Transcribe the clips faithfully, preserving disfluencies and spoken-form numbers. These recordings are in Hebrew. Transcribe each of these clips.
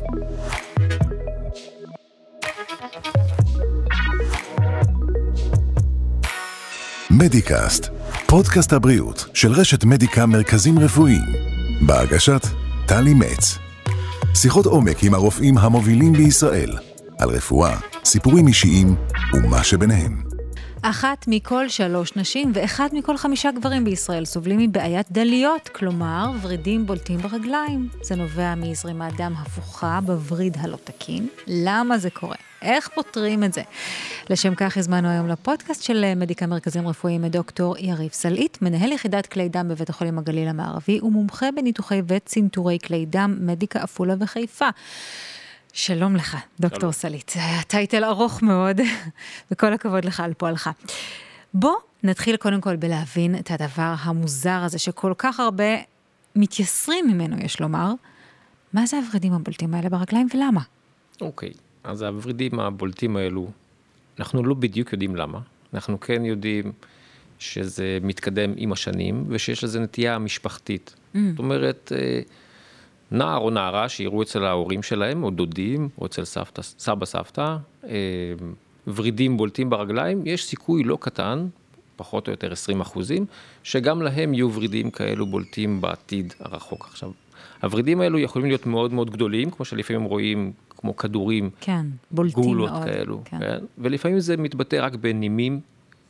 מדיקאסט, פודקאסט הבריאות של רשת מדיקה מרכזים רפואיים, בהגשת טלי מצ. שיחות עומק עם הרופאים המובילים בישראל, על רפואה, סיפורים אישיים ומה שביניהם. אחת מכל שלוש נשים ואחד מכל חמישה גברים בישראל סובלים מבעיית דליות, כלומר ורידים בולטים ברגליים. זה נובע מזרימת דם הפוכה בווריד הלא תקין. למה זה קורה? איך פותרים את זה? לשם כך הזמנו היום לפודקאסט של מדיקה מרכזים רפואיים את דוקטור יריב סלעית, מנהל יחידת כלי דם בבית החולים הגליל המערבי ומומחה בניתוחי וצנתורי כלי דם, מדיקה עפולה וחיפה. שלום לך, דוקטור סלעית. זה היה טייטל ארוך מאוד, וכל הכבוד לך על פועלך. בוא נתחיל קודם כל בלהבין את הדבר המוזר הזה, שכל כך הרבה מתייסרים ממנו, יש לומר. מה זה הוורידים הבולטים האלה ברגליים ולמה? אוקיי, אז הוורידים הבולטים האלו, אנחנו לא בדיוק יודעים למה. אנחנו כן יודעים שזה מתקדם עם השנים, ושיש לזה נטייה משפחתית. Mm. זאת אומרת, נער או נערה שיראו אצל ההורים שלהם, או דודים, או אצל סבתא, סבא סבתא, ורידים בולטים ברגליים, יש סיכוי לא קטן, פחות או יותר עשרים אחוזים, שגם להם יהיו ורידים כאלו בולטים בעתיד הרחוק. עכשיו, הוורידים האלו יכולים להיות מאוד מאוד גדולים, כמו שלפעמים רואים כמו כדורים, כן, בולטים גולות מאוד, כאלו, כן. כן? ולפעמים זה מתבטא רק בנימים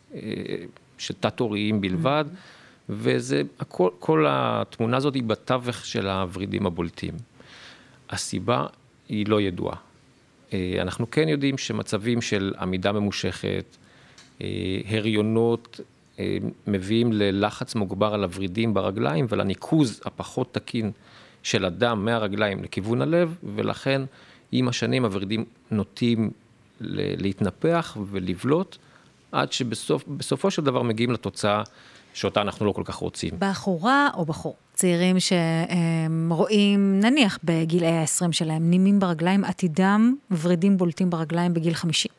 שתת-הוריים בלבד, וזה, כל, כל התמונה הזאת היא בתווך של הוורידים הבולטים. הסיבה היא לא ידועה. אנחנו כן יודעים שמצבים של עמידה ממושכת, הריונות, מביאים ללחץ מוגבר על הוורידים ברגליים, ולניקוז הפחות תקין של הדם מהרגליים לכיוון הלב, ולכן עם השנים הוורידים נוטים להתנפח ולבלוט, עד שבסופו של דבר מגיעים לתוצאה שאותה אנחנו לא כל כך רוצים. בחורה או בחור, צעירים שרואים, נניח בגיל ה-עשרים שלהם, נימים ברגליים, עתידם ורידים בולטים ברגליים בגיל חמישים.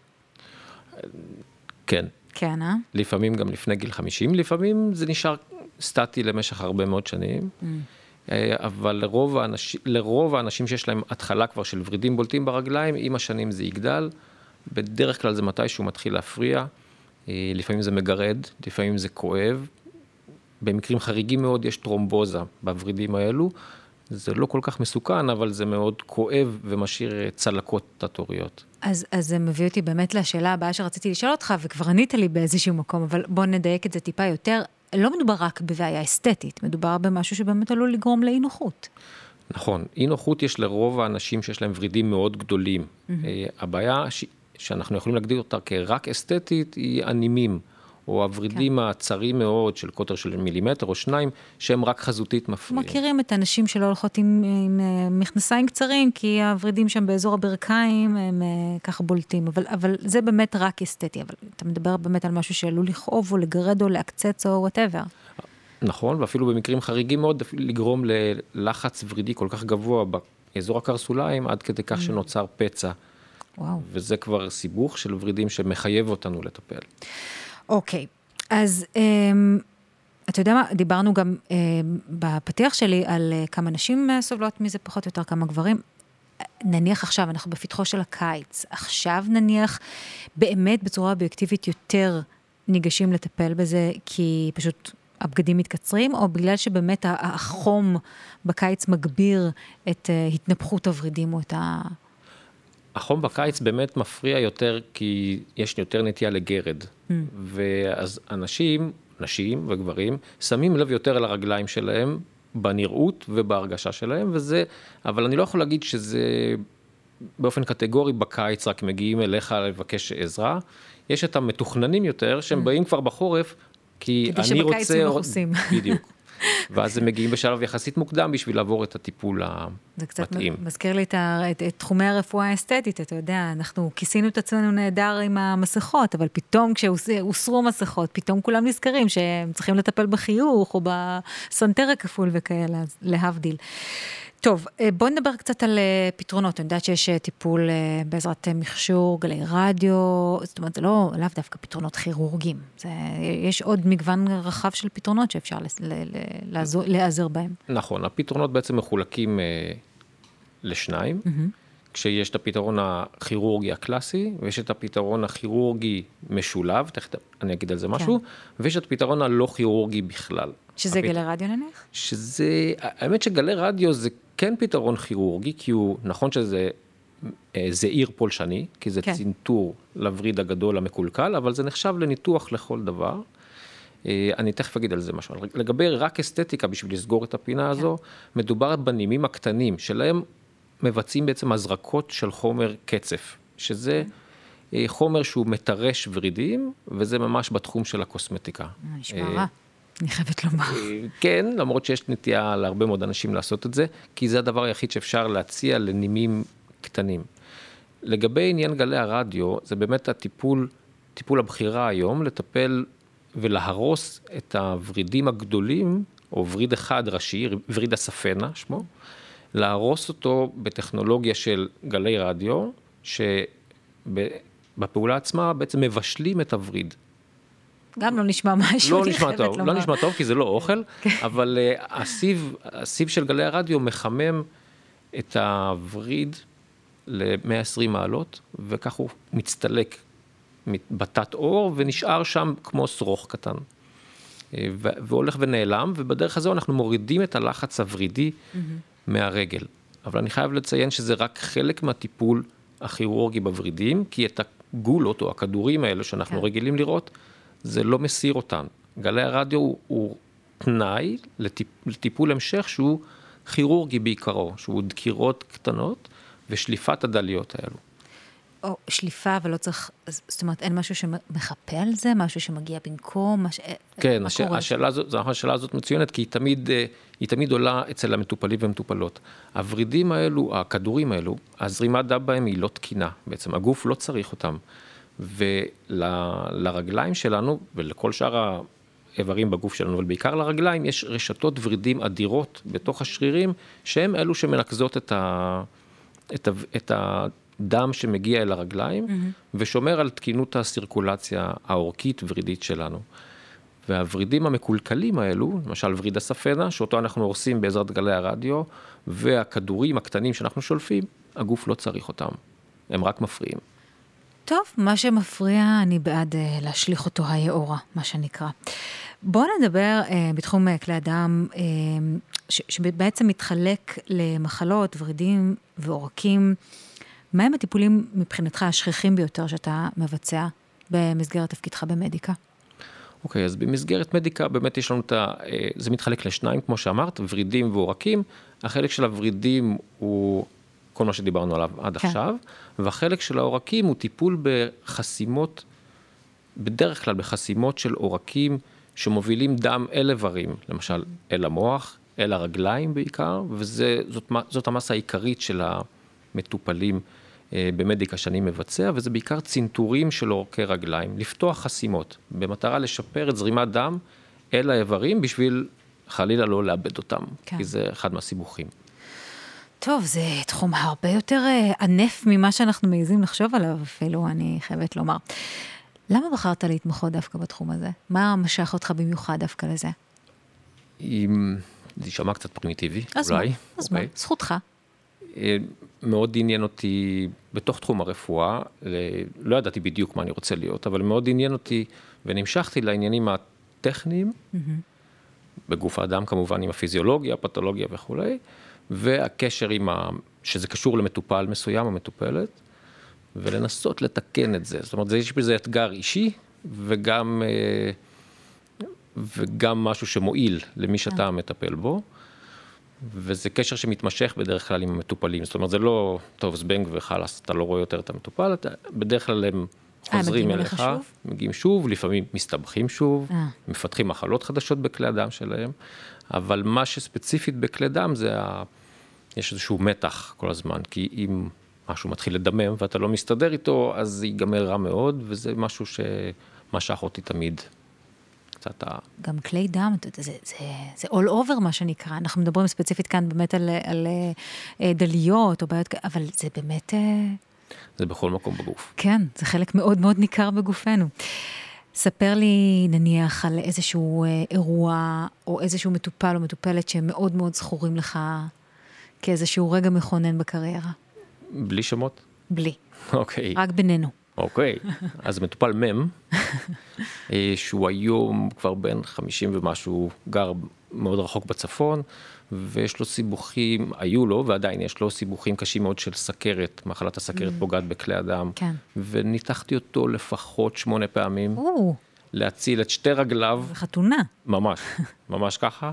כן. כן, אה? לפעמים גם לפני גיל חמישים, לפעמים זה נשאר סטטי למשך הרבה מאוד שנים, mm. אבל לרוב האנשים, לרוב האנשים שיש להם התחלה כבר של ורידים בולטים ברגליים, עם השנים זה יגדל, בדרך כלל זה מתי שהוא מתחיל להפריע, לפעמים זה מגרד, לפעמים זה כואב, במקרים חריגים מאוד יש טרומבוזה בוורידים האלו, זה לא כל כך מסוכן, אבל זה מאוד כואב ומשאיר צלקות תת-הוריות. אז, אז זה מביא אותי באמת לשאלה הבאה שרציתי לשאול אותך, וכבר ענית לי באיזשהו מקום, אבל בוא נדייק את זה טיפה יותר. לא מדובר רק בבעיה אסתטית, מדובר במשהו שבאמת עלול לגרום לאי נוחות. נכון, אי נוחות יש לרוב האנשים שיש להם ורידים מאוד גדולים. Mm-hmm. הבעיה ש... שאנחנו יכולים להגדיר אותה כרק אסתטית, היא הנימים, או הוורידים כן. הצרים מאוד של קוטר של מילימטר או שניים, שהם רק חזותית מפריעים. מכירים את האנשים שלא הולכות עם, עם, עם מכנסיים קצרים, כי הוורידים שם באזור הברכיים הם ככה בולטים, אבל, אבל זה באמת רק אסתטי, אבל אתה מדבר באמת על משהו שעלול לכאוב או לגרד או להקצץ או whatever. נכון, ואפילו במקרים חריגים מאוד, לגרום ללחץ ורידי כל כך גבוה באזור הקרסוליים, עד כדי כך שנוצר פצע. וואו. וזה כבר סיבוך של ורידים שמחייב אותנו לטפל. אוקיי, אז אתה יודע מה, דיברנו גם בפתיח שלי על כמה נשים סובלות מזה, פחות או יותר כמה גברים. נניח עכשיו, אנחנו בפתחו של הקיץ, עכשיו נניח באמת בצורה אובייקטיבית יותר ניגשים לטפל בזה, כי פשוט הבגדים מתקצרים, או בגלל שבאמת החום בקיץ מגביר את התנפחות הוורידים או את ה... החום בקיץ באמת מפריע יותר, כי יש יותר נטייה לגרד. Mm. ואז אנשים, נשים וגברים, שמים לב יותר על הרגליים שלהם, בנראות ובהרגשה שלהם, וזה, אבל אני לא יכול להגיד שזה באופן קטגורי בקיץ, רק מגיעים אליך לבקש עזרה. יש את המתוכננים יותר, שהם mm. באים כבר בחורף, כי אני רוצה... כדי שבקיץ הם מכוסים. בדיוק. ואז הם מגיעים בשלב יחסית מוקדם בשביל לעבור את הטיפול המתאים. זה קצת מזכיר לי את, את, את תחומי הרפואה האסתטית, אתה יודע, אנחנו כיסינו את עצמנו נהדר עם המסכות, אבל פתאום כשהוסרו מסכות, פתאום כולם נזכרים שהם צריכים לטפל בחיוך או בסנטר הכפול וכאלה, להבדיל. טוב, בואו נדבר קצת על פתרונות. אני יודעת שיש טיפול בעזרת מכשור, גלי רדיו, זאת אומרת, זה לא, לאו דווקא פתרונות כירורגיים. זה, יש עוד מגוון רחב של פתרונות שאפשר לעזור, לעזר בהם. נכון, הפתרונות בעצם מחולקים לשניים. כשיש את הפתרון הכירורגי הקלאסי, ויש את הפתרון הכירורגי משולב, תכף אני אגיד על זה משהו, ויש את הפתרון הלא כירורגי בכלל. שזה גלי רדיו נניח? שזה, האמת שגלי רדיו זה כן פתרון כירורגי, כי הוא, נכון שזה זעיר פולשני, כי זה צינטור לווריד הגדול המקולקל, אבל זה נחשב לניתוח לכל דבר. אני תכף אגיד על זה משהו. לגבי רק אסתטיקה, בשביל לסגור את הפינה הזו, מדובר בנימים הקטנים, שלהם מבצעים בעצם הזרקות של חומר קצף, שזה חומר שהוא מטרש ורידים, וזה ממש בתחום של הקוסמטיקה. נשמע רע, אני חייבת לומר. כן, למרות שיש נטייה להרבה מאוד אנשים לעשות את זה, כי זה הדבר היחיד שאפשר להציע לנימים קטנים. לגבי עניין גלי הרדיו, זה באמת הטיפול, טיפול הבחירה היום, לטפל ולהרוס את הורידים הגדולים, או וריד אחד ראשי, וריד הספנה, שמו, להרוס אותו בטכנולוגיה של גלי רדיו, שבפעולה עצמה בעצם מבשלים את הווריד. גם לא נשמע משהו, לא נשמע טוב, לא נשמע טוב, כי זה לא אוכל, אבל הסיב, הסיב של גלי הרדיו מחמם את הווריד ל-מאה ועשרים מעלות, וכך הוא מצטלק בתת אור, ונשאר שם כמו שרוך קטן. והולך ונעלם, ובדרך הזו אנחנו מורידים את הלחץ הוורידי מהרגל. אבל אני חייב לציין שזה רק חלק מהטיפול הכירורגי בוורידים, כי את הגולות או הכדורים האלה שאנחנו רגילים לראות, זה לא מסיר אותן. גלי הרדיו הוא, הוא תנאי לטיפ, לטיפול המשך שהוא כירורגי בעיקרו, שהוא דקירות קטנות ושליפת הדליות האלו. או שליפה, אבל לא צריך, זאת אומרת, אין משהו שמחפה על זה, משהו שמגיע במקום, מש... כן, הש... השאלה הזאת, השאלה הזאת מצוינת, כי היא תמיד, היא תמיד עולה אצל המטופלים ומטופלות. הוורידים האלו, הכדורים האלו, הזרימת דם בהם היא לא תקינה, בעצם הגוף לא צריך אותם. ולרגליים שלנו, ולכל שאר האיברים בגוף שלנו, אבל בעיקר לרגליים, יש רשתות ורידים אדירות בתוך השרירים, שהם אלו שמנקזות את ה... את ה... את ה... דם שמגיע אל הרגליים, mm-hmm. ושומר על תקינות הסירקולציה האורכית ורידית שלנו. והוורידים המקולקלים האלו, למשל וריד הספנה, שאותו אנחנו הורסים בעזרת גלי הרדיו, והכדורים הקטנים שאנחנו שולפים, הגוף לא צריך אותם. הם רק מפריעים. טוב, מה שמפריע, אני בעד uh, להשליך אותו היאורה, מה שנקרא. בואו נדבר uh, בתחום uh, כלי אדם, uh, ש- שבעצם מתחלק למחלות, ורידים ועורקים. מהם הטיפולים מבחינתך השכיחים ביותר שאתה מבצע במסגרת תפקידך במדיקה? אוקיי, אז במסגרת מדיקה באמת יש לנו את ה... זה מתחלק לשניים, כמו שאמרת, ורידים ועורקים. החלק של הורידים הוא כל מה שדיברנו עליו עד כן. עכשיו, והחלק של העורקים הוא טיפול בחסימות, בדרך כלל בחסימות של עורקים שמובילים דם אל איברים, למשל אל המוח, אל הרגליים בעיקר, וזאת זאת המסה העיקרית של המטופלים במדיקה שאני מבצע, וזה בעיקר צינטורים של עורקי רגליים, לפתוח חסימות, במטרה לשפר את זרימת דם אל האיברים, בשביל חלילה לא לאבד אותם, כן. כי זה אחד מהסיבוכים. טוב, זה תחום הרבה יותר ענף ממה שאנחנו מעיזים לחשוב עליו, אפילו אני חייבת לומר. למה בחרת להתמחות דווקא בתחום הזה? מה משך אותך במיוחד דווקא לזה? זה יישמע קצת פרימיטיבי, אז אולי. מה? אז מה? זכותך. מאוד עניין אותי בתוך תחום הרפואה, לא ידעתי בדיוק מה אני רוצה להיות, אבל מאוד עניין אותי ונמשכתי לעניינים הטכניים, mm-hmm. בגוף האדם כמובן עם הפיזיולוגיה, הפתולוגיה וכו', והקשר עם ה... שזה קשור למטופל מסוים או מטופלת, ולנסות לתקן את זה. זאת אומרת, יש בזה אתגר אישי, וגם, וגם משהו שמועיל למי שאתה מטפל בו, וזה קשר שמתמשך בדרך כלל עם המטופלים. זאת אומרת, זה לא טוב, זבנג וחלס, אתה לא רואה יותר את המטופל, אתה, בדרך כלל הם חוזרים אליך, מגיעים שוב, לפעמים מסתבכים שוב, מפתחים מחלות חדשות בכלי הדם שלהם, אבל מה שספציפית בכלי דם זה, ה... יש איזשהו מתח כל הזמן, כי אם משהו מתחיל לדמם ואתה לא מסתדר איתו, אז זה ייגמר רע מאוד, וזה משהו שמשך אותי תמיד. קצת ה... גם כלי דם, זה, זה, זה all over מה שנקרא, אנחנו מדברים ספציפית כאן באמת על, על, על דליות או בעיות, אבל זה באמת... זה בכל מקום בגוף. כן, זה חלק מאוד מאוד ניכר בגופנו. ספר לי נניח על איזשהו אירוע, או איזשהו מטופל או מטופלת שהם מאוד מאוד זכורים לך כאיזשהו רגע מכונן בקריירה. בלי שמות? בלי. אוקיי. רק בינינו. אוקיי, אז מטופל מם, שהוא היום כבר בן חמישים ומשהו, גר מאוד רחוק בצפון, ויש לו סיבוכים, היו לו, ועדיין יש לו סיבוכים קשים מאוד של סכרת, מחלת הסכרת פוגעת בכלי אדם, כן. וניתחתי אותו לפחות שמונה פעמים, או, להציל את שתי רגליו, חתונה. ממש, ממש ככה,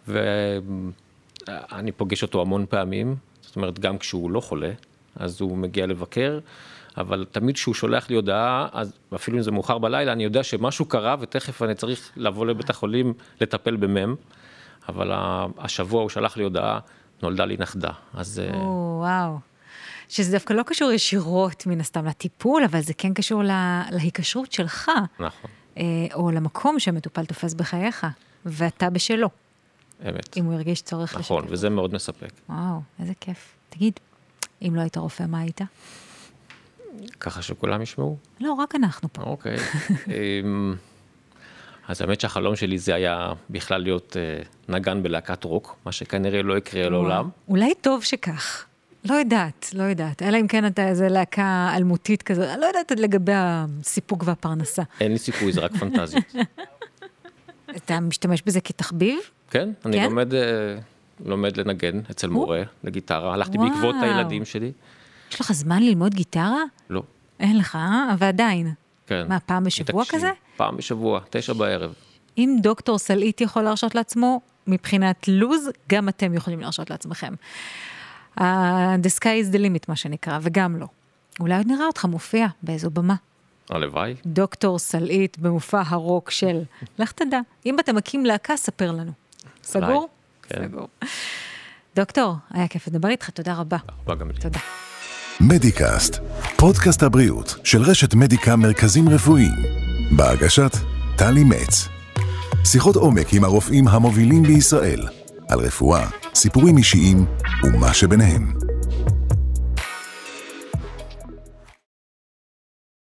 ואני פוגש אותו המון פעמים, זאת אומרת, גם כשהוא לא חולה, אז הוא מגיע לבקר, אבל תמיד כשהוא שולח לי הודעה, אז אפילו אם זה מאוחר בלילה, אני יודע שמשהו קרה, ותכף אני צריך לבוא לבית החולים לטפל במם, אבל השבוע הוא שלח לי הודעה, נולדה לי נכדה, אז... או, וואו. שזה דווקא לא קשור ישירות מן הסתם לטיפול, אבל זה כן קשור לה, להיקשרות שלך. נכון. או למקום שהמטופל תופס בחייך, ואתה בשלו. אמת. אם הוא ירגיש צורך לשתף. נכון, וזה מאוד מספק. וואו, איזה כיף. תגיד, אם לא היית רופא, מה היית? ככה שכולם ישמעו? לא, רק אנחנו פה. אוקיי. אז האמת שהחלום שלי זה היה בכלל להיות נגן בלהקת רוק, מה שכנראה לא יקרה לעולם. אולי טוב שכך. לא יודעת, לא יודעת. אלא אם כן אתה איזה להקה אלמותית כזאת, אני לא יודעת לגבי הסיפוק והפרנסה. אין לי סיכוי, זה רק פנטזיות. אתה משתמש בזה כתחביב? כן, אני לומד, לומד לנגן אצל מורה, לגיטרה. הלכתי בעקבות הילדים שלי. יש לך זמן ללמוד גיטרה? לא. אין לך, אה? אבל עדיין. כן. מה, פעם בשבוע כזה? פעם בשבוע, תשע בערב. אם דוקטור סלעית יכול להרשות לעצמו, מבחינת לוז, גם אתם יכולים להרשות לעצמכם. The sky is the limit, מה שנקרא, וגם לא. אולי עוד נראה אותך מופיע באיזו במה. הלוואי. דוקטור סלעית במופע הרוק של, לך תדע, אם אתה מקים להקה, ספר לנו. סגור? כן. סגור. דוקטור, היה כיף לדבר איתך, תודה רבה. תודה גם לי. תודה. מדיקאסט, פודקאסט הבריאות של רשת מדיקה מרכזים רפואיים. בהגשת טלי מצ. שיחות עומק עם הרופאים המובילים בישראל. על רפואה, סיפורים אישיים ומה שביניהם.